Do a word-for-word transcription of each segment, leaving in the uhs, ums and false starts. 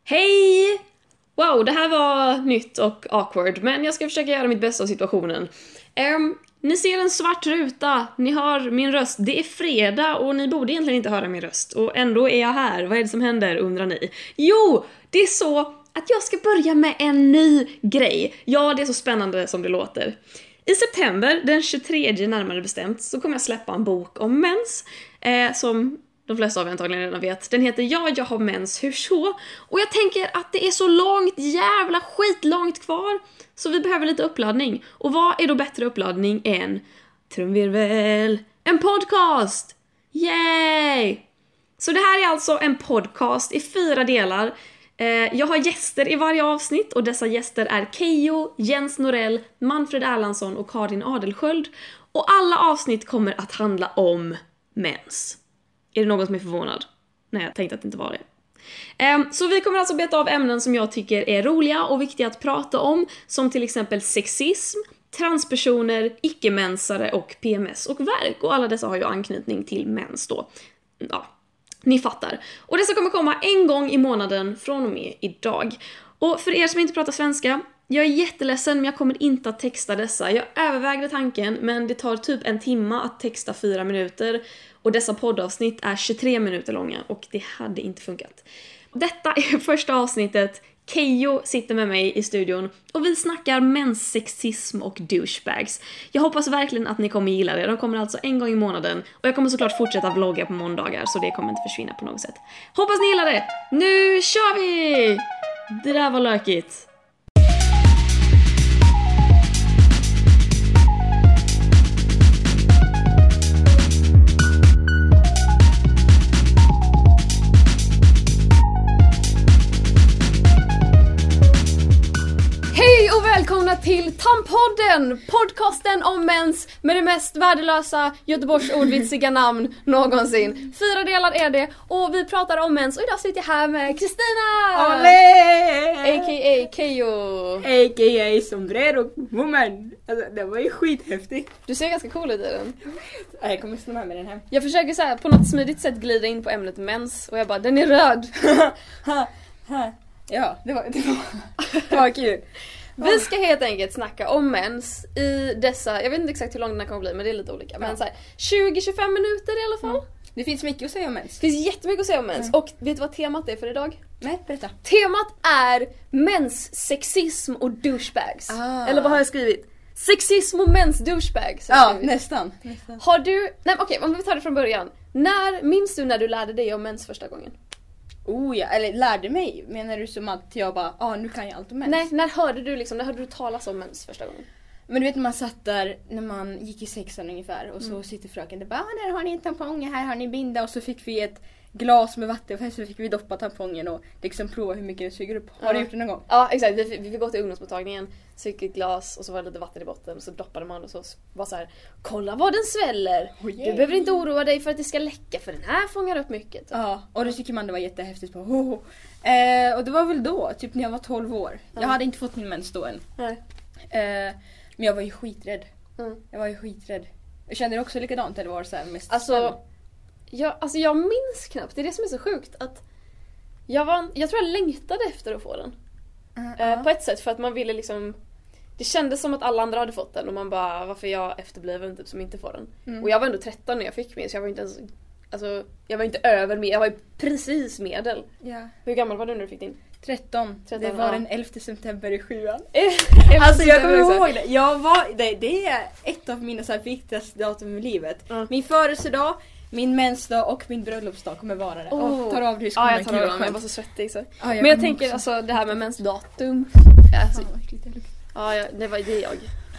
Hej! Wow, det här var nytt och awkward, men jag ska försöka göra mitt bästa av situationen. Um, ni ser en svart ruta, ni hör min röst, det är fredag och ni borde egentligen inte höra min röst. Och ändå är jag här, vad är det som händer undrar ni? Jo, det är så att jag ska börja med en ny grej. Ja, det är så spännande som det låter. I september, den tjugotredje närmare bestämt, så kommer jag släppa en bok om mens eh, som de flesta av er antagligen redan vet. Den heter Ja, jag har mens, hur så? Och jag tänker att det är så långt, jävla skitlångt kvar, så vi behöver lite uppladdning. Och vad är då bättre uppladdning än trumvirvel, en podcast? Yay! Så det här är alltså en podcast i fyra delar. Jag har gäster i varje avsnitt och dessa gäster är Keyyo, Jens Norell, Manfred Erlandsson och Karin Adelsköld. Och alla avsnitt kommer att handla om mens. Är det någon som är förvånad? Nej, jag tänkte att det inte var det. Så vi kommer alltså beta av ämnen som jag tycker är roliga och viktiga att prata om, som till exempel sexism, transpersoner, icke-mensare och P M S och värk. Och alla dessa har ju anknytning till mens då. Ja, ni fattar. Och dessa kommer komma en gång i månaden från och med idag. Och för er som inte pratar svenska, jag är jätteledsen men jag kommer inte att texta dessa. Jag övervägde tanken, men det tar typ en timme att texta fyra minuter. Och dessa poddavsnitt är tjugotre minuter långa och det hade inte funkat. Detta är första avsnittet. Keyyo sitter med mig i studion och vi snackar menssexism och douchebags. Jag hoppas verkligen att ni kommer gilla det. De kommer alltså en gång i månaden och jag kommer såklart fortsätta vlogga på måndagar, så det kommer inte försvinna på något sätt. Hoppas ni gillar det. Nu kör vi! Det där var lökigt. Välkomna till Tampodden, podcasten om mens med det mest värdelösa Göteborgs ordvitsiga namn någonsin. Fyra delar är det och vi pratar om mens och idag sitter jag här med Kristina! Olé! A K A Keyyo! A K A sombrero woman! Alltså, det var ju skithäftigt. Du ser ganska cool ut i den. Jag kommer snå med den här. Jag försöker så här på något smidigt sätt glida in på ämnet mens och jag bara, den är röd. Ja, det var, det var, det var kul. Vi ska helt enkelt snacka om mens i dessa, jag vet inte exakt hur lång den här kommer bli, men det är lite olika. Men så här, tjugo till tjugofem minuter i alla fall. Mm. Det finns mycket att säga om mens. Det finns jättemycket att säga om mens. Mm. Och vet du vad temat är för idag? Nej, berätta. Temat är mens, sexism och douchebags. Ah. Eller vad har jag skrivit? Sexism och mens douchebags. Ja, nästan. nästan. Har du, nej okej, om vi tar det från början. När, minns du när du lärde dig om mens första gången? Oh ja, eller lärde mig. Menar du som att jag bara, ja ah, nu kan jag allt om mens? Nej, när hörde du liksom, när hörde du talas om mens första gången? Men du vet, man satt där när man gick i sexan ungefär och så mm. sitter fröken där bara, ah, där har ni en tampong, här har ni binda, och så fick vi ett glas med vatten och så fick vi doppa tampongen och liksom prova hur mycket den suger upp. Har ja. du gjort det någon gång? Ja, exakt. Vi, vi fick gå till ungdomsmottagningen, så fick ett glas och så var det lite vatten i botten och så doppade man och så var så här, kolla vad den sväller. Oh, yeah. Du behöver inte oroa dig för att det ska läcka, för den här fångar upp mycket. Ja, och då tycker man det var jättehäftigt på. Oh, oh. Eh, och det var väl då, typ när jag var tolv år. Ja. Jag hade inte fått min mens då än. Nej. Eh, men jag var ju skiträdd. Mm. Jag var ju skiträdd. Jag kände det också likadant, eller var det så här mest alltså, jag, alltså jag minns knappt, det är det som är så sjukt att jag, var, jag tror jag längtade efter att få den. Uh-huh. eh, på ett sätt, för att man ville liksom, det kändes som att alla andra hade fått den och man bara, varför jag efterbliven typ som inte får den. Mm. Och jag var ändå tretton när jag fick min, så jag var inte ens, alltså jag var inte över med, jag var ju precis medel. Yeah. Hur gammal var du när du fick din? tretton. tretton. Det var ja. Den elfte september i sjuan. Alltså jag kommer ihåg det. Jag var, det, det är ett av mina så här viktigaste datum i livet. Mm. Min födelsedag, min mensdag och min bröllopsdag kommer vara det. Oh. Och tar av det i skolan. Ja, jag tar av det. Jag var så svettig så. Ah, jag Men jag tänker också. Alltså det här med mensdatum. Alltså, ja, ja, det var det jag.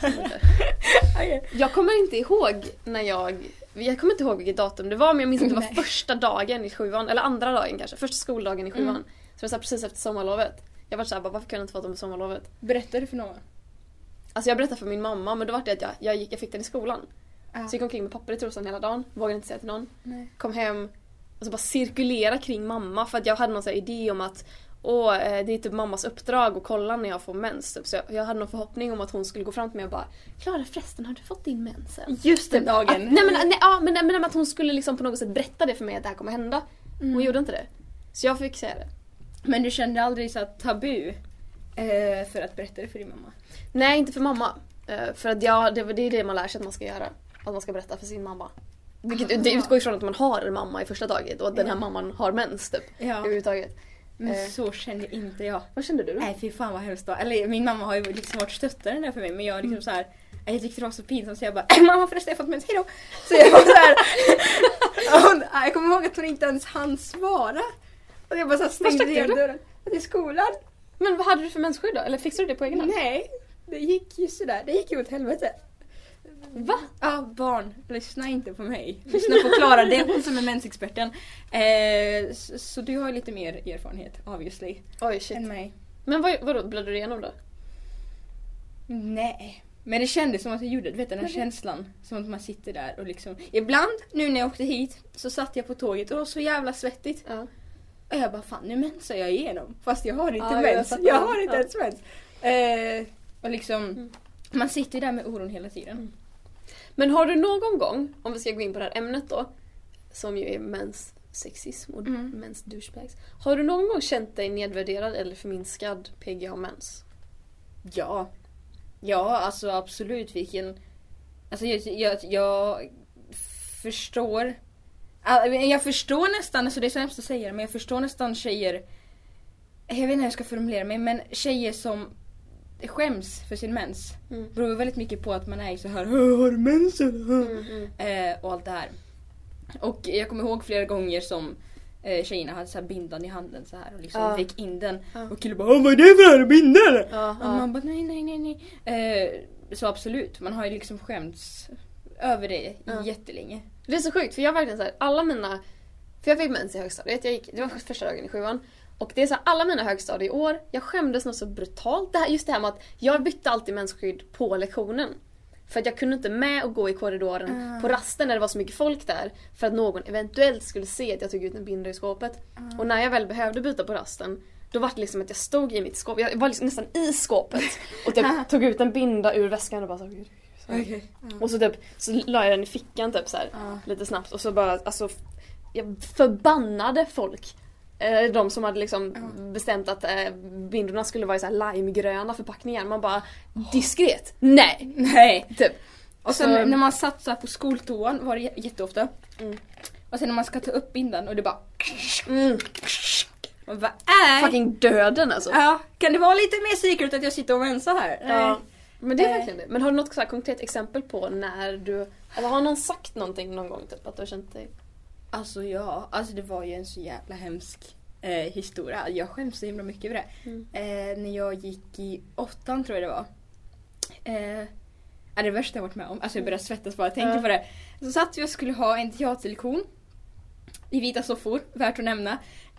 Okay. Jag kommer inte ihåg när jag Jag kommer inte ihåg vilket datum det var, men jag minns att det var Nej. första dagen i sjuan, eller andra dagen kanske, första skoldagen i sjuan. Mm. Så det var så här precis efter sommarlovet. Jag var så här, bara, varför kunde jag inte få dem på sommarlovet? Berättade du för någon? Alltså jag berättade för min mamma, men då var det att jag, jag, gick, jag fick den i skolan. Ah. Så jag gick omkring med papper i trosan hela dagen, vågade inte säga till någon. Nej. Kom hem och så bara cirkulera kring mamma, för att jag hade någon så här idé om att åh, det är typ mammas uppdrag att kolla när jag får mens. Typ. Så jag, jag hade någon förhoppning om att hon skulle gå fram till mig och bara, Klara, förresten, har du fått din mens än? Just den dagen. Att, nej, men, nej, ja, men, men att hon skulle liksom på något sätt berätta det för mig att det här kommer hända. Mm. Hon gjorde inte det. Så jag fick säga det. Men du kände aldrig så att tabu eh, för att berätta det för din mamma? Nej, inte för mamma. Uh, för att ja, det, det är det man lär sig att man ska göra. Att man ska berätta för sin mamma. Vilket, det utgår ifrån att man har en mamma i första taget. Och att den här mamman har mens typ. Ja. Överhuvudtaget. Men uh, så kände inte jag. Vad kände du då? Nej, fy fan vad hemskt då. Eller min mamma har ju liksom varit stöttare där för mig. Men jag liksom mm. så här. Jag tyckte det var så pinsamt så jag bara mamma förresten jag har fått mens, hejdå. Så jag var så här. hon, jag kommer ihåg att hon inte ens hann svara. Och jag bara så här stängde ner dörren till skolan. Men vad hade du för mensskydd då? Eller fixade du det på egen hand? Nej, det gick ju sådär. Det gick ju åt helvete. Va? Ja, barn. Lyssna inte på mig. Lyssna på Klara, det är hon som är mensexperten. Eh, så, så du har lite mer erfarenhet, obviously. Oj, shit. Än mig. Men vad, vadå, blödde du igenom då? Nej. Men det kändes som att jag gjorde, du vet den här känslan. Som att man sitter där och liksom. Ibland, nu när jag åkte hit, så satt jag på tåget och det var så jävla svettigt. Ja. Och jag bara, fan nu mensar jag igenom. Fast jag har inte ja, mens. Jag, jag har inte ja. ens mens. Eh, och liksom, mm. man sitter där med oron hela tiden. Mm. Men har du någon gång, om vi ska gå in på det här ämnet då, som ju är mens sexism och mm. mens douchebags. Har du någon gång känt dig nedvärderad eller förminskad P G har mens? Ja. Ja, alltså absolut vilken. Alltså jag, jag, jag förstår. Jag förstår nästan, alltså det är så hemskt att säga det, men jag förstår nästan tjejer. Jag vet inte hur jag ska formulera mig, men tjejer som skäms för sin mens. Mm. Beror väldigt mycket på att man är så här, har du mensen? Mm, mm. Eh, och allt det här. Och jag kommer ihåg flera gånger som eh, tjejerna hade så här bindan i handen så här och liksom ja. fick in den. Ja. Och killen bara, vad är det för bindan? Ja, och man bara, nej, nej, nej, nej. Eh, så absolut, man har ju liksom skämts över det ja. jättelänge. Det är så sjukt, för jag verkligen så här, alla mina, för jag fick mens i högstadiet, jag gick, det var första dagen i sjuan. Och det är så här, alla mina högstadier i år, jag skämdes något så brutalt. Det här, just det här med att jag bytte alltid mensskydd på lektionen. För att jag kunde inte med och gå i korridoren mm. på rasten när det var så mycket folk där. För att någon eventuellt skulle se att jag tog ut en binda i skåpet. Mm. Och när jag väl behövde byta på rasten, då var det liksom att jag stod i mitt skåp. Jag var liksom nästan i skåpet. Och jag tog ut en binda ur väskan och bara så, så. Okay. Mm. Och så typ, så la jag den i fickan typ så här, mm. lite snabbt. Och så bara, alltså, jag förbannade folk. De som hade liksom mm. bestämt att äh, bindorna skulle vara i så här limegröna förpackningar. Man bara, diskret. Nej. Nej. Typ. Och sen så, när man satt så här på skoltoan var det jätteofta. Mm. Och sen när man ska ta upp bindan och det bara mm. och vad är fucking döden alltså. Ja, kan det vara lite mer secret att jag sitter och väntar här? Ja. Men det är verkligen det. Men har du något så här konkret exempel på när du, eller har någon sagt någonting någon gång typ att du har känt dig? Alltså ja, alltså det var ju en så jävla hemsk eh, historia. Jag skäms så himla mycket över det. Mm. Eh, när jag gick i åttan tror jag det var. Eh, är det värsta jag varit med om. Alltså jag började svettas bara, jag tänkte ja. på det. Så satt vi och skulle ha en teaterlektion. I vita soffor, värt att nämna.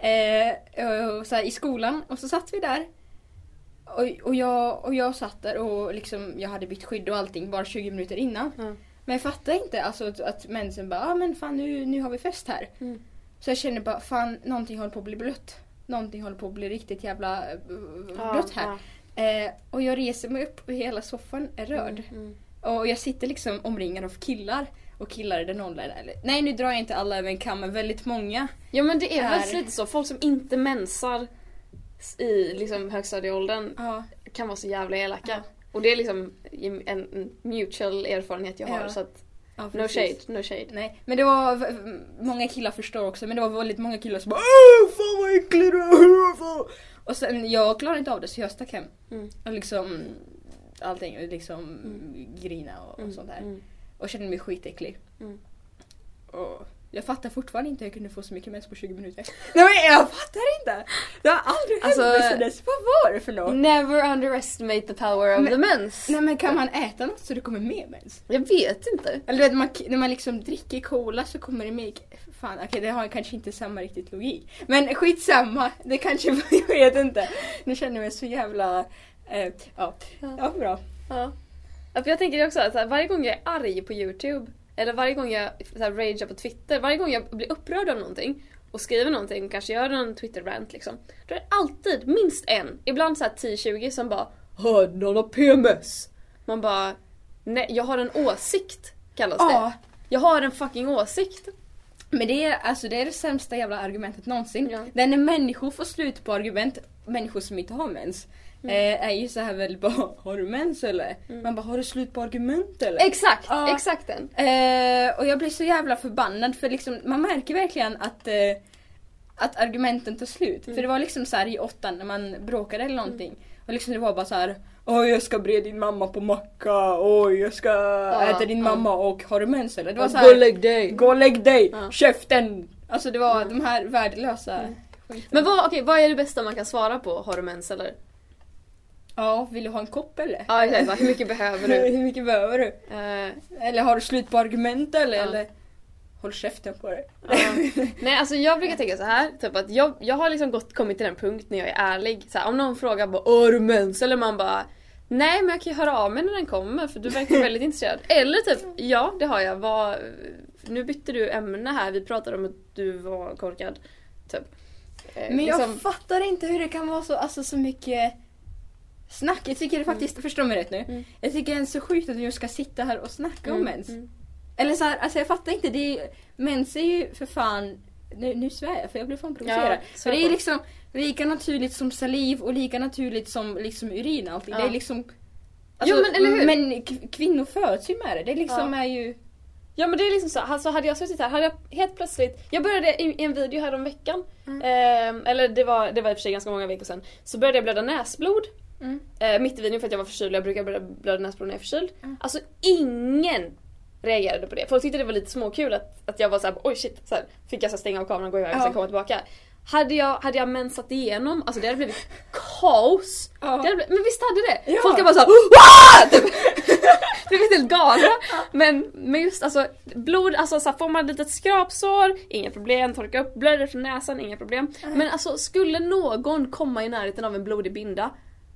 Eh, och så här, i skolan. Och så satt vi där. Och, och, jag, och jag satt där och liksom, jag hade bytt skydd och allting bara tjugo minuter innan. Mm. Men jag fattade inte alltså, att, att mensen bara, ah, men fan nu, nu har vi fest här. Mm. Så jag kände bara, fan någonting håller på att bli blött. Någonting håller på att bli riktigt jävla uh, blött här. Ja, ja. Eh, och jag reser mig upp och hela soffan är röd. Mm, mm. Och jag sitter liksom omringad av killar. Och killar är den online. Eller, nej nu drar jag inte alla över en kam, men väldigt många. Ja men det är, är... väl lite så. Folk som inte mensar i liksom högstadieåldern ja. kan vara så jävla elaka. Ja. Och det är liksom en mutual erfarenhet jag har ja. så att ja, no shade, no shade. Nej, men det var många killar förstår också, men det var väldigt många killar som bara åh fan vad äcklig du är. Och sen jag klarade inte av det så jag stack hem. Mm. Och liksom allting liksom mm. grina och, och mm. sånt där. Mm. Och kände mig skitäcklig. Mm. Och jag fattar fortfarande inte hur jag kunde få så mycket mens på tjugo minuter. Nej men jag fattar inte. Det har aldrig hänt alltså, så dess. Vad var det för något? Never underestimate the power of men, the mens. Nej men kan man äta något så det kommer med mens? Jag vet inte. Eller vet, man, när man liksom dricker cola så kommer det med. Fan okej okay, det har kanske inte samma riktigt logik. Men skitsamma. Det kanske, jag vet inte. Nu känner jag mig så jävla eh, ja. ja bra. Ja. För jag tänker också att så här, varje gång jag är arg på YouTube eller varje gång jag så här, ragear på Twitter, varje gång jag blir upprörd av någonting och skriver någonting, kanske gör en Twitter-rant liksom, då är det alltid minst en, ibland så här tio tjugo som bara hör någon har P M S. Man bara, nej, jag har en åsikt kallas det. Ja. Jag har en fucking åsikt. Men det är, alltså, det är det sämsta jävla argumentet någonsin. Ja. Det är när människor får slut på argument, människor som inte har mens. Mm. Eh, är ju så här väl bara, har du mens eller? Mm. Man bara, har du slut på argument eller? Exakt, ja. exakt den. Eh, och jag blir så jävla förbannad för liksom, man märker verkligen att, eh, att argumenten tar slut. Mm. För det var liksom så här i åttan när man bråkade eller någonting. Mm. Och liksom det var bara så här, oj jag ska bre din mamma på macka, oj jag ska ja, äta din ja. mamma och har du mens eller? Det var så här, gå och lägg dig, gå och lägg dig, ja. käften. Alltså det var mm. de här värdelösa mm. Men vad, okay, vad är det bästa man kan svara på, har du mens eller? Ja, vill du ha en kopp eller? Ja, exakt. Hur mycket behöver du? Hur mycket behöver du? Uh, eller har du slut på argument eller? Ja. Eller håll käften på det. Uh. Nej, alltså jag brukar tänka så här, typ att jag, jag har liksom gått, kommit till den punkt när jag är ärlig. Så här, om någon frågar bara, har du mens? Eller man bara, nej men jag kan ju höra av mig när den kommer för du verkar väldigt intresserad. Eller typ, ja det har jag. Var, nu bytte du ämne här, vi pratade om att du var korkad. Typ. Uh, men jag liksom... fattar inte hur det kan vara så, alltså, så mycket... Snack, jag tycker det faktiskt, mm. förstår mig rätt nu. Mm. Jag tycker det är så sjukt att jag ska sitta här och snacka mm. om mens. Mm. Eller så här, alltså jag fattar inte, det är, mens är ju för fan, nu, nu svär jag för jag blir fan provocerad. Ja, för det är liksom lika naturligt som saliv och lika naturligt som liksom urin och allting. Ja. Det är liksom, alltså, jo, men, eller hur? Men kvinnor föds ju med det, det liksom ja. är ju... Ja men det är liksom så, alltså hade jag suttit här, hade jag helt plötsligt, jag började i, i en video här om veckan, mm. eh, eller det var, det var i och för sig ganska många veckor sedan, så började jag blöda näsblod. Mm. Eh, mitt i videon för att jag var förkyld. Jag brukar blöda, blöda näsblod när jag är förkyld. Mm. Alltså ingen reagerade på det. Folk tyckte det var lite småkul att, att jag var såhär, oj shit, så här, fick jag så stänga av kameran och gå iväg och ja. sen komma tillbaka. Hade jag, hade jag mensat igenom, alltså det hade blivit kaos. Ja. Det hade blivit, men visst hade det? Ja. Folk är bara såhär, typ. Det blev helt galna. Ja. Men, men just alltså, blod, alltså så här, får man ett litet skrapsår, inga problem, torka upp, blöder från näsan, inga problem. Mm. Men alltså, skulle någon komma i närheten av en blodig binda,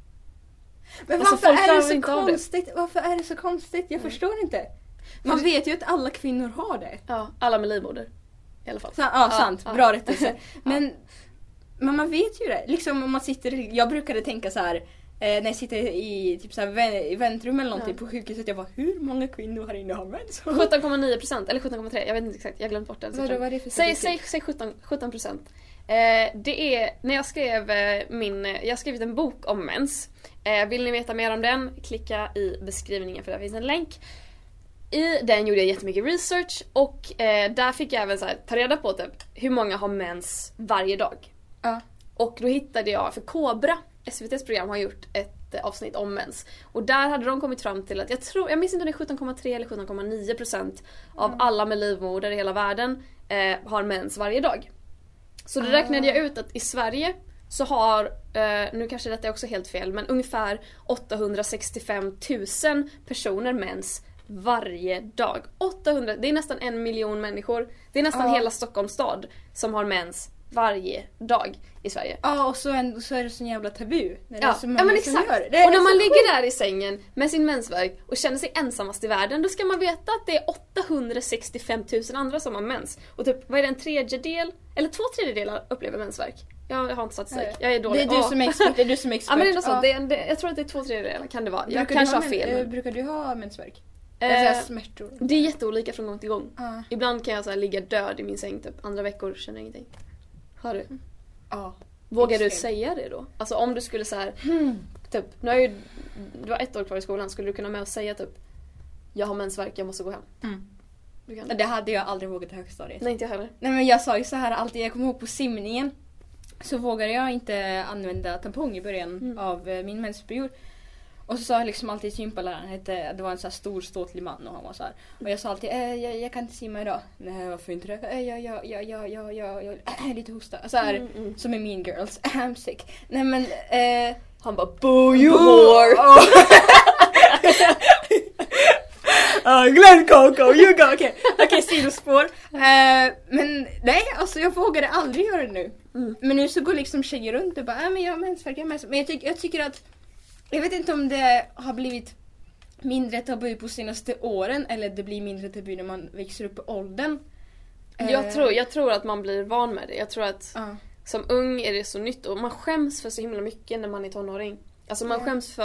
men varför alltså, är det så konstigt? Det. Varför är det så konstigt? Jag mm. förstår inte. Man För... vet ju att alla kvinnor har det. Ja, alla med livmoder. I alla fall. Så, ja, sant. Ja, bra ja. rättelse. Men, ja. men man vet ju det. Liksom om man sitter, jag brukade tänka så här eh, när jag sitter i typ så här i väntrum eller någonting ja. på sjukhuset, jag bara, hur många kvinnor här inne har mens? sjutton komma nio procent eller sjutton komma tre, jag vet inte exakt, jag har glömt bort den. Vad vad är det för säg, säg, säg sjutton procent. Eh, det är när jag skrev eh, min, jag har skrivit en bok om mens. Eh, vill ni veta mer om den, klicka i beskrivningen för där finns en länk. I den gjorde jag jättemycket research och eh, där fick jag även så här, ta reda på typ, hur många har mens varje dag. Ja. Och då hittade jag, för Kobra, S V T:s program, har gjort ett eh, avsnitt om mens. Och där hade de kommit fram till att, jag tror, jag minns inte om det är sjutton komma tre eller sjutton komma nio procent av mm. alla med livmoder i hela världen eh, har mens varje dag. Så då ah. räknade jag ut att i Sverige så har, eh, nu kanske detta är också helt fel, men ungefär åttahundrasextiofem tusen personer mens varje dag. åttahundra, det är nästan en miljon människor. Det är nästan ja. hela Stockholms stad som har mens varje dag i Sverige. Ja, och så, en, så är det så jävla tabu. När det ja, är så många ja men exakt. Gör. Det och när man ligger där i sängen med sin mensvärk och känner sig ensammast i världen, då ska man veta att det är åttahundrasextiofem tusen andra som har mens. Och typ, vad är det, en tredjedel? Eller två tredjedelar upplever mensvärk. Jag har inte statistik. Jag är dålig. Det är du som är expert. Det är du som är expert. Ja, men det är något sånt. Det är, det, jag tror att det är två tredjedelar, kan det vara. Jag brukar kanske har fel. Men... Brukar du ha mensvärk? Eh, smärtor. Det är jätteolika från gång till gång. Uh. Ibland kan jag så här, ligga död i min säng typ. Andra veckor känner jag ingenting. Har du? Ja. Uh. Vågar du säga det då? Alltså om du skulle så här, hmm. typ, nu har ju, du har ett år kvar i skolan, skulle du kunna med och säga typ, jag har mensvärk, jag måste gå hem. Mm. Du kan. Det hade jag aldrig vågat i högstadiet. Nej, inte jag heller. Nej, men jag sa ju så här alltid, jag kommer ihåg på simningen så vågade jag inte använda tampong i början mm. av min mensperiod. Och så sa jag liksom alltid gympaläraren, det var en så här stor ståtlig man och han var så här. Och jag sa alltid, äh, jag, jag kan inte simma idag. Nej, varför inte det? Äh, jag, jag, jag, jag, jag, jag, jag är lite hosta. Så här, mm, mm. som i Mean Girls. I'm sick. Nej men, eh, han bara, boo you whore! Uh, Glenn Coco, you go, okej, okay. okej, okay, sidospår. Uh, men nej, alltså jag vågade aldrig göra det nu. Mm. Men nu så går liksom tjejer runt och bara, äh, men jag har mensvärk, jag har mensvärk. Men jag, tyck, jag tycker att, jag vet inte om det har blivit mindre tabu på senaste åren eller det blir mindre tabu när man växer upp i åldern. Jag, uh, tror, jag tror att man blir van med det. Jag tror att uh. som ung är det så nytt och man skäms för så himla mycket när man är tonåring. Alltså man skäms för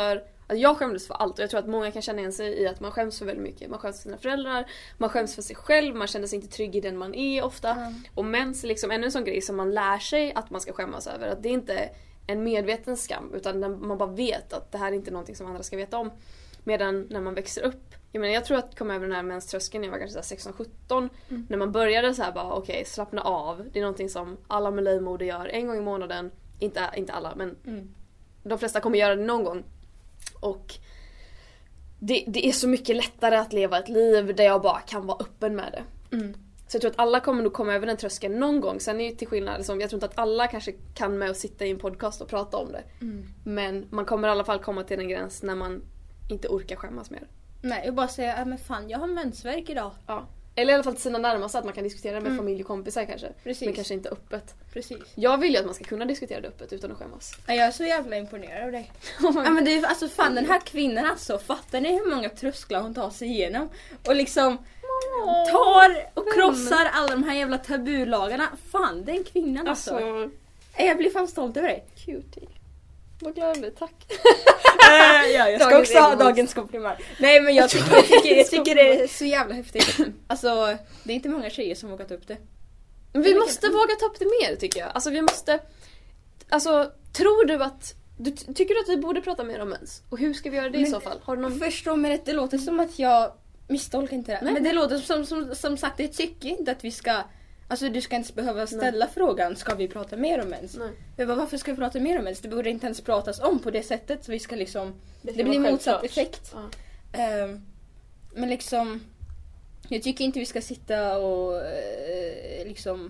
Alltså jag skämdes för allt och jag tror att många kan känna igen sig i att man skäms för väldigt mycket. Man skäms för sina föräldrar, man skäms för sig själv, man känner sig inte trygg i den man är ofta. Mm. Och mens är liksom ännu en sån grej som man lär sig att man ska skämmas över. Att det är inte en medveten skam utan man bara vet att det här är inte någonting som andra ska veta om. Medan när man växer upp, jag menar jag tror att jag kom över den här menströskeln när jag var kanske sexton sjutton. Mm. När man började så här bara okej, okay, slappna av. Det är någonting som alla med livmoder gör en gång i månaden. Inte, inte alla, men mm. de flesta kommer göra det någon gång. Och det, det är så mycket lättare att leva ett liv där jag bara kan vara öppen med det. Mm. Så jag tror att alla kommer nog komma över den tröskeln någon gång. Sen är det till skillnad, liksom, jag tror inte att alla kanske kan med att sitta i en podcast och prata om det. Mm. Men man kommer i alla fall komma till en gräns när man inte orkar skämmas mer. Nej, och bara säga, äh, men fan, jag har mensvärk idag. Ja. Eller i alla fall till sina närmaste, att man kan diskutera det med mm. familj och kompisar kanske. Precis. Men kanske inte öppet. Precis. Jag vill ju att man ska kunna diskutera det öppet utan att skämmas. Ja, jag är så jävla imponerad av dig. Oh ja, men det är, alltså fan, den här kvinnan alltså, fattar ni hur många trösklar hon tar sig igenom? Och liksom oh, tar och krossar alla de här jävla tabulagarna. Fan, den kvinnan alltså. alltså. Jag blir fan stolt över dig. Cutie. Vad glad jag blir, tack. Ja, jag ska dagens också ha dagens komplimang. Nej, men jag tycker, jag, tycker, jag tycker det är så jävla häftigt. Alltså, det är inte många tjejer som vågat upp det. Men vi måste våga ta upp det mer, tycker jag. Alltså, vi måste... Alltså, tror du att... Du, tycker du att vi borde prata mer om mens? Och hur ska vi göra det men, i så fall? Har du någon... Förstå mig rätt, det låter som att jag misstolkar inte det. Nej. Men det låter som, som, som sagt, det tycker inte att vi ska... Alltså du ska inte behöva ställa Nej. frågan, ska vi prata mer om mens? Nej. Jag bara, varför ska vi prata mer om mens? Det borde inte ens pratas om på det sättet. Så vi ska liksom, det, det blir motsatt effekt. Ja. Um, men liksom, jag tycker inte vi ska sitta och uh, liksom...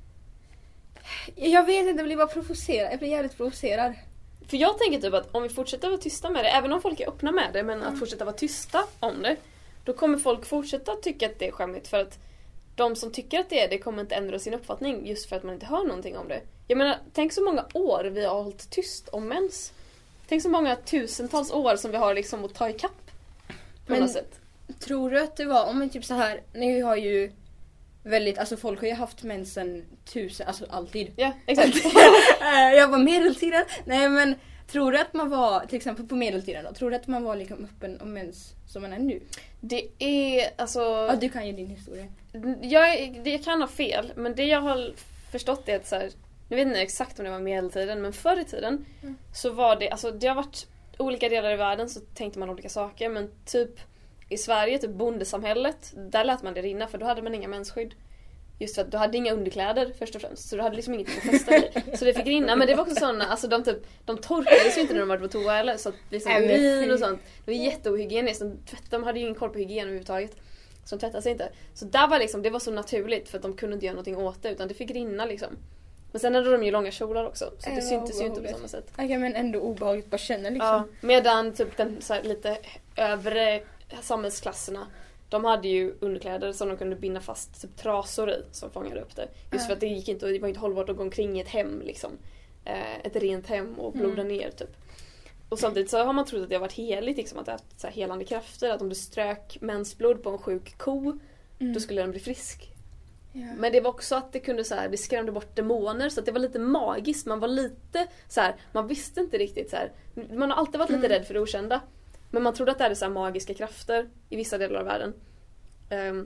Jag vet inte, jag blir bara provocerad. Jag blir jävligt provocerad. För jag tänker typ att om vi fortsätter vara tysta med det, även om folk är öppna med det, men mm. att fortsätta vara tysta om det, då kommer folk fortsätta tycka att det är skämmigt. För att de som tycker att det är det kommer inte ändra sin uppfattning just för att man inte hör någonting om det. Jag menar, tänk så många år vi har hållit tyst om mens. Tänk så många tusentals år som vi har liksom att ta i kapp på Men, något sätt. Tror du att det var, om man typ så här, ni har ju väldigt, alltså folk har ju haft mensen tusen, alltså alltid. Ja, exakt. Jag var medeltiden. Nej, men tror du att man var, till exempel på medeltiden då, tror du att man var lika öppen om mens som man är nu? Det är, alltså... Ja, du kan ju din historia. Jag, jag kan ha fel, men det jag har förstått är att så här, jag vet inte exakt om det var medeltiden, men förr i tiden mm. så var det, alltså det har varit olika delar i världen så tänkte man olika saker, men typ i Sverige, typ bondesamhället, där lät man det rinna för då hade man inga mensskydd. Just för att du hade inga underkläder först och främst, så du hade liksom inget att fästa i. Så det fick rinna, men det var också sådana, alltså de typ, de torkades ju inte när de var på toa eller så att liksom urin och sånt. Det var jätteohygieniskt, de, de hade ju ingen koll på hygien överhuvudtaget. Så de tvättade sig inte. Så där var liksom, det var så naturligt för att de kunde inte göra någonting åt det utan det fick rinna liksom. Men sen hade de ju långa kjolar också, så det syntes ju inte på samma sätt. Okej, men ändå obehagligt bara känna liksom. Ja, medan typ den så här, lite övre samhällsklasserna, de hade ju underkläder som de kunde binda fast typ trasor i som fångade upp det. Just för att det gick inte, det var inte hållbart att gå omkring i ett hem liksom. Eh, ett rent hem och bloda mm. ner typ. Och samtidigt så har man trott att det har varit heligt liksom, att det har haft så här helande krafter, att om du strök mensblod på en sjuk ko mm. då skulle den bli frisk. Yeah. Men det var också att det kunde så här, det skrämde bort demoner så att det var lite magiskt, man var lite så här, man visste inte riktigt så här. Man har alltid varit lite mm. rädd för det okända. Men man trodde att det hade så här magiska krafter i vissa delar av världen. Um,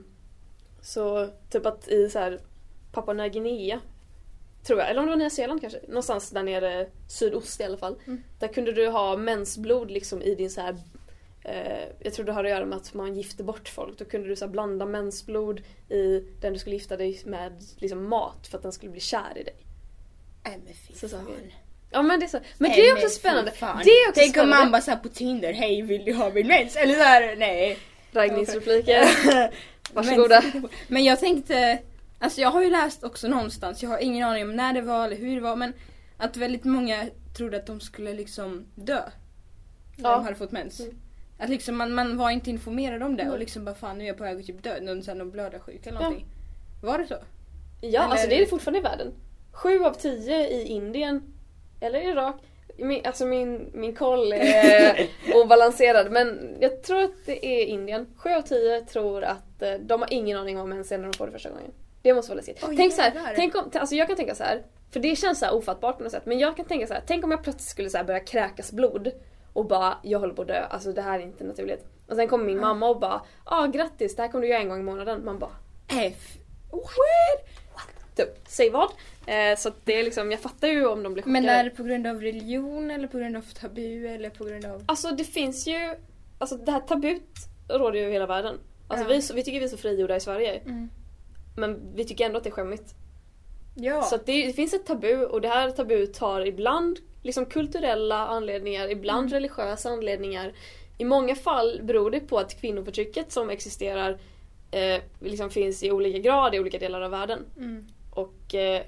så typ att i så här Papua Nya Guinea tror jag, eller om det var Nya Zeeland kanske, någonstans där nere sydost i alla fall. Mm. Där kunde du ha mensblod liksom i din så här eh, jag tror det har att göra med att man gifte bort folk. Då kunde du så här blanda mensblod i den du skulle gifta dig med liksom mat för att den skulle bli kär i dig. Äh, men fy fan. Ja, men det är så. Men det är också spännande. Det är också Tänk spännande. om man bara så här på Tinder, hej vill du ha min mens? Eller så här, nej. Raggningsrepliker. Varsågoda. Men, men jag tänkte, alltså jag har ju läst också någonstans, jag har ingen aning om när det var eller hur det var, men att väldigt många trodde att de skulle liksom dö när ja. de hade fått mens. Mm. Att liksom man, man var inte informerad om det mm. och liksom bara fan nu är jag på väg att typ dö, någon sån någon blödarsjuk eller någonting. Ja. Var det så? Ja, eller alltså det är det fortfarande i världen. Sju av tio i Indien eller Irak. Min, alltså min, min koll är obalanserad, men jag tror att det är Indien. Sju av tio tror att eh, de har ingen aning om mens när de får det första gången. Det måste vara läskigt. Oh, tänk så här, tänk om, alltså jag kan tänka så här, för det känns så här ofattbart på något sätt, men jag kan tänka så här, tänk om jag plötsligt skulle så här börja kräkas blod och bara, jag håller på att dö, alltså det här är inte naturligt. Och sen kommer min mamma och bara, ja ah, grattis, det här kommer du göra en gång i månaden. Man bara, F. What? What? Typ, säg vad? Eh, så att det är liksom, jag fattar ju om de blir chockade. Men är det på grund av religion eller på grund av tabu eller på grund av... Alltså det finns ju, alltså det här tabut råder ju i hela världen. Alltså Ja. vi, vi tycker vi är så frigjorda i Sverige. Mm. Men vi tycker ändå att det är skämmigt. Ja. Så att det, det finns ett tabu och det här tabut har ibland liksom kulturella anledningar, ibland Mm. religiösa anledningar. I många fall beror det på att kvinnoförtrycket som existerar eh, liksom finns i olika grad i olika delar av världen. Mm. Och eh,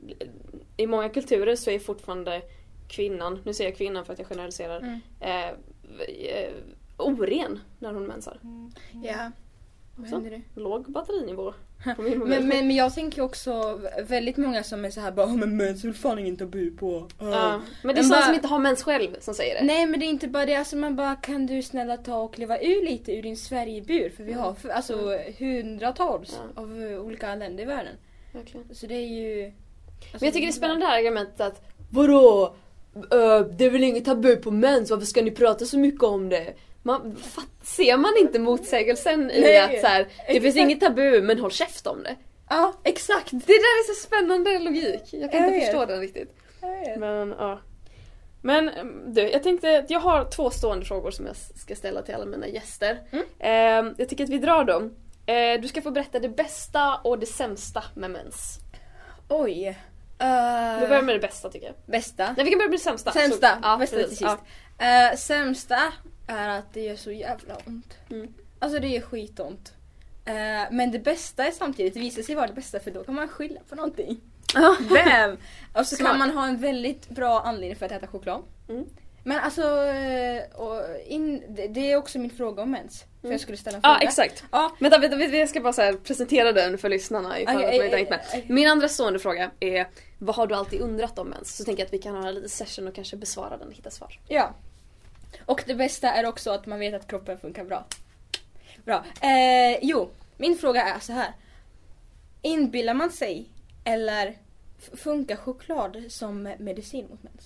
i många kulturer så är fortfarande kvinnan, nu säger jag kvinnan för att jag generaliserar, Mm. eh, eh, oren när hon mensar. Ja. Vad Så. händer det? Låg batterinivå på min mobil. Men, men, men jag tänker också väldigt många som är så här bara "Åh, men mens är fan ingen tabu på." Uh. Ja, men det är Men sådana bara- som inte har mens själv som säger det. Nej men det är inte bara det, alltså man bara kan du snälla ta och kliva ur lite ur din Sverigebur för vi har för, alltså hundratals Ja. av uh, olika länder i världen. Verkligen. Så det är ju... Alltså, Men jag tycker det är spännande det här argumentet att vadå? Uh, det är väl inget tabu på mens, varför ska ni prata så mycket om det? Man, fatt, ser man inte motsägelsen i Nej, att så här, det finns exakt. inget tabu men håll käft om det? Ja, exakt. Det där är så spännande logik. Jag kan Jag inte vet. förstå den riktigt. Men, Men ja. Men du, jag tänkte att jag har två stående frågor som jag ska ställa till alla mina gäster. Mm. Eh, jag tycker att vi drar dem. Eh, du ska få berätta det bästa och det sämsta med mens. oj. Uh, Vi börjar med det bästa tycker jag. bästa. Nej, vi kan börja med det sämsta. Sämsta. Så, ja, bästa precis, till sist. Uh, sämsta är att det gör så jävla ont. Mm. Alltså det gör skitont. Uh, men det bästa är samtidigt, det visar sig vara det bästa för då kan man skylla på någonting. Ja. Bam! Och så Smart. kan man ha en väldigt bra anledning för att äta choklad. Mm. Men alltså, eh, och in, det, det är också min fråga om mens. För Mm. jag skulle ställa en Ja, fråga. exakt. Ja. Vänta, vänta, vänta, jag ska bara så här presentera den för lyssnarna ifall Okej, att man inte eh, har hängt med. eh, eh. Min andra stående fråga är, vad har du alltid undrat om mens? Så tänker jag att vi kan ha en liten session och kanske besvara den och hitta svar. Ja. Och det bästa är också att man vet att kroppen funkar bra. Bra. Eh, jo, min fråga är så här. Inbillar man sig eller f- funkar choklad som medicin mot mens?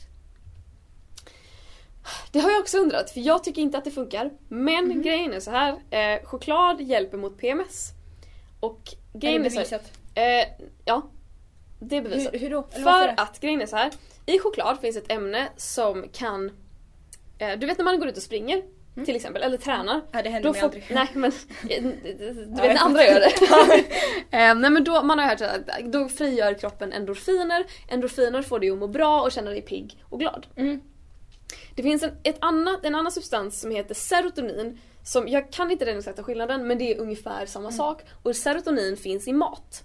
Det har jag också undrat, för jag tycker inte att det funkar. Men Mhm. grejen är så här, eh, choklad hjälper mot P M S. Och Är grejen det är så här, bevisat? eh, ja, det är bevisat. Hur, hur då? Eller varför För det? att grejen är så här, i choklad finns ett ämne som kan, eh, du vet när man går ut och springer Mm. till exempel, eller tränar. Ja, det händer Då mig får, aldrig. nej men, eh, du vet jag när andra gör det. eh, nej men då, man har hört att då frigör kroppen endorfiner. Endorfiner får dig att må bra och känna dig pigg och glad. Mm. Det finns en, ett annat, en annan substans som heter serotonin. Som, jag kan inte den exakta skillnaden, men det är ungefär samma Mm. sak. Och serotonin finns i mat.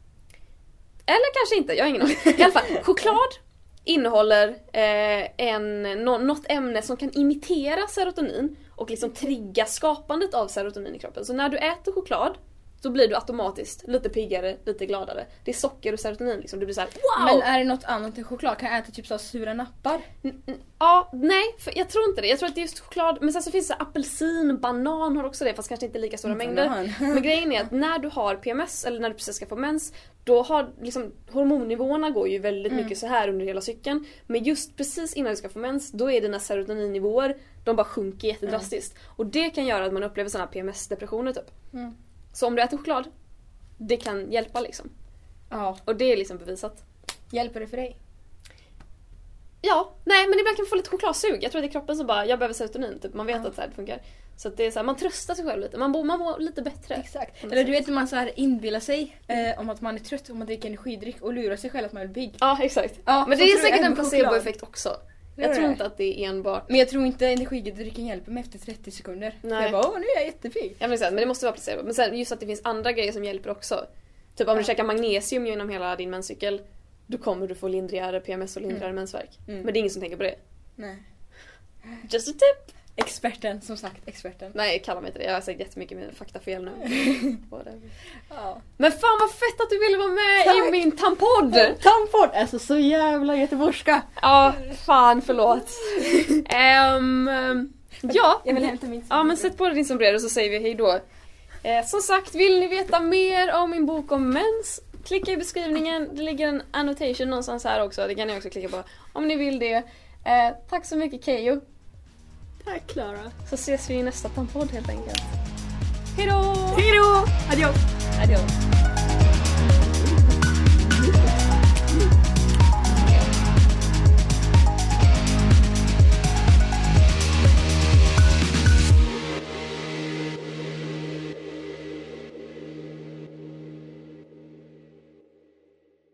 Eller kanske inte, jag har ingen aning. I alla fall, choklad innehåller eh, en, nå, något ämne som kan imitera serotonin och liksom trigga skapandet av serotonin i kroppen. Så när du äter choklad så blir du automatiskt lite piggare, lite gladare. Det är socker och serotonin liksom. Du blir så här: wow! Men är det något annat än choklad? Kan jag äta typ så här sura nappar? N- n- Ja, nej, för jag tror inte det. Jag tror att det är just choklad. Men sen så finns det apelsin, banan har också det, fast kanske inte lika stora mängder. Banan. Men grejen är att när du har P M S, eller när du precis ska få mens, då har liksom hormonnivåerna går ju väldigt Mm. mycket så här under hela cykeln. Men just precis innan du ska få mens, då är dina serotoninnivåer, de bara sjunker jättedrastiskt. Och det kan göra att man upplever såna här P M S-depressioner typ. Mm. Så om du äter choklad, det kan hjälpa liksom. Ja. Och det är liksom bevisat. Hjälper det för dig? Ja, nej men ibland kan man få lite chokladsug. Jag tror att det är kroppen som bara, jag behöver serotonin typ. Man vet Ja. att så här det funkar. Så att det är så här, man tröstar sig själv lite. Man mår, man mår lite bättre. Exakt. På något Eller du sätt. vet när man så här inbillar sig eh, om att man är trött om man dricker energidryck och lurar sig själv att man är pigg. Ja, exakt. Ja, Men det så är tror jag säkert en även choklad. placeboeffekt också. Det Jag är tror det. inte att det är enbart... Men jag tror inte energidrycken hjälper mig efter trettio sekunder. Nej. Jag bara, åh nu är jag jättepigg. Jag vill säga, men det måste vara placebo. Men sen just att det finns andra grejer som hjälper också. Typ om Ja. du käkar magnesium genom hela din menscykel, då kommer du få lindrigare P M S och lindrigare Mm. mensvärk. Mm. Men det är ingen som tänker på det. Nej. Just a tip! Experten, som sagt, experten. Nej, kalla mig inte det. Jag har sagt jättemycket med faktafel nu. Whatever. Ja. Men fan vad fett att du ville vara med Tack. i min tampodd! Tampon! Alltså så jävla göteborgska. Ja, fan förlåt. um, ja, Jag vill hämta min. ja, men sätt på dig din sombrero så säger vi hej då. Eh, som sagt, vill ni veta mer om min bok om mens? Klicka i beskrivningen, det ligger en annotation någonstans här också. Det kan ni också klicka på om ni vill det. Eh, tack så mycket Keyyo. Tack Klara. Så ses vi i nästa podd helt enkelt. Hejdå! Hejdå! Adjö! Adjö.